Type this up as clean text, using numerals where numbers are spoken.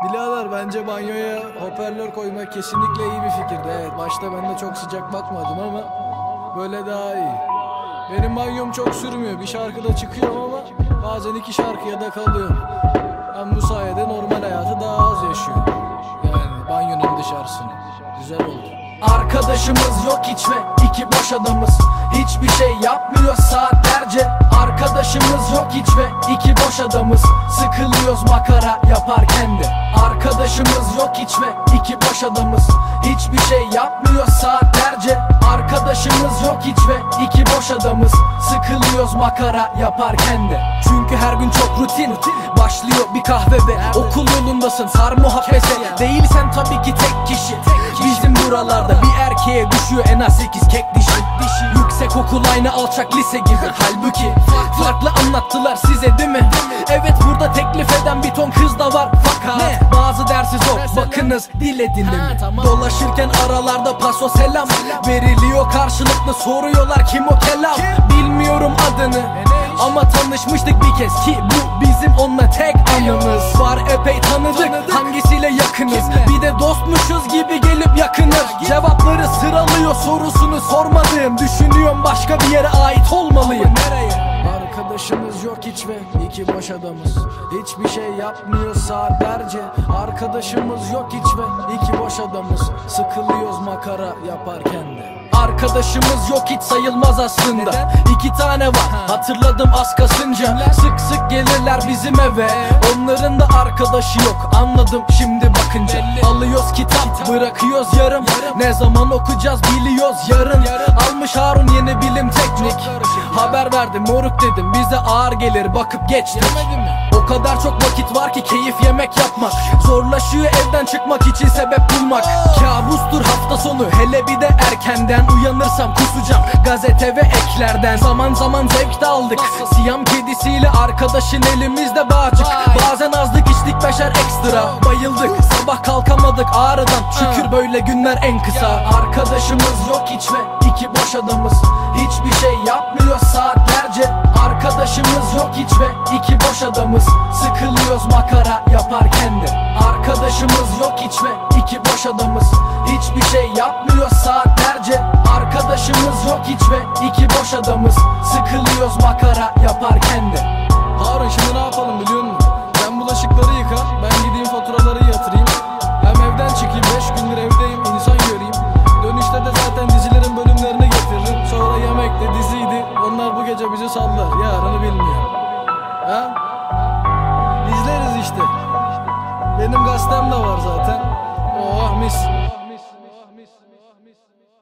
Birader bence banyoya hoparlör koymak kesinlikle iyi bir fikirdi. Evet, başta ben de çok sıcak bakmadım ama böyle daha iyi. Benim banyom çok sürmüyor. Bir şarkıda çıkıyorum ama bazen 2 şarkıya da kalıyorum. Ben bu sayede normal hayatı daha az yaşıyorum. Yani banyonun dışarısını. Güzel oldu. Arkadaşımız yok hiç ve iki boş adamız. Hiçbir şey yapmıyor saatlerce. Arkadaşımız yok hiç ve iki boş adamız. Sıkılıyoruz makara yaparken de. Arkadaşımız yok hiç ve iki boş adamız. Hiçbir şey yapmıyor saatlerce. Arkadaşımız yok hiç ve iki boş adamız. Sıkılıyoruz makara yaparken de. Çünkü her gün çok rutin. Başlıyor bir kahve ve okul yolundasın, sar muhabbete. Değilsen tabii ki tek kişi. Bizim buralarda bir erkeğe düşüyor en az 8 kek dişi. Yüksek okul aynı alçak lise gibi. Halbuki farklı anlattılar size değil mi? Evet, burada teklif eden bir ton kız da var. Fakat bazı dersiz o, bakınız dinledin mi? Dolaşırken aralarda paso selam veriliyor, karşılıklı soruyorlar kim o kelam. Bilmiyorum adını ama tanışmıştık bir kez ki bu bizim onunla tek anımız. Var epey tanıdık, hangisiyle yakınız? Bir de dostmuşuz gibi gelip yakınız. Cevapları sıralıyor, sorusunu sormadığım. Düşünüyorum başka bir yere ait olmalıyım. Arkadaşımız yok hiç ve iki boş adamız. Hiçbir şey yapmıyor saatlerce. Arkadaşımız yok hiç ve iki boş adamız. Sıkılıyoruz makara yaparken de. Arkadaşımız yok hiç sayılmaz aslında. 2 tane var, hatırladım az kasınca. Sık sık gelirler bizim eve. Onların da arkadaşı yok, anladım şimdi bakınca. Alıyoruz kitap, bırakıyoruz yarım. Ne zaman okuyacağız biliyoruz yarın. Almış Harun yeni bilim teknik. Haber verdim moruk dedim, bize ağır gelir bakıp geçtik. O kadar çok vakit var ki keyif yemek yapmak. Zorlaşıyor evden çıkmak için sebep bulmak. Kabustur hafta sonu, hele bir de erkenden. Uyanırsam kusacağım gazete ve eklerden. Zaman zaman zevk de aldık, Siyam kedisiyle arkadaşın elimizde bağcık. Bazen azlık içtik, 5'er ekstra. Bayıldık, sabah kalkamadık ağrıdan. Şükür böyle günler en kısa. Arkadaşımız yok hiç ve iki boş adamız. Hiçbir şey yapmıyor saatlerce. Arkadaşımız yok hiç ve iki boş adamız. Sıkılıyoruz makara yaparken de. Arkadaşımız yok hiç ve iki boş adamız. Hiçbir şey yapmıyor saatlerce. Arkadaşımız yok hiç ve iki boş adamız. Sıkılıyoruz makara yaparken de. Harun, şimdi ne yapalım biliyor musun? Sen bulaşıkları yıka, ben gideyim faturaları yatırayım. Hem evden çıkayım, 5 gündür evdeyim, insan göreyim. Dönüşte de zaten dizilerin bölümlerini getiririm. Sonra yemekti, diziydi, onlar bu gece bizi sallar. Yarını bilmiyorum. Ha? İzleriz işte. Benim gazetem de var zaten. Oh mis.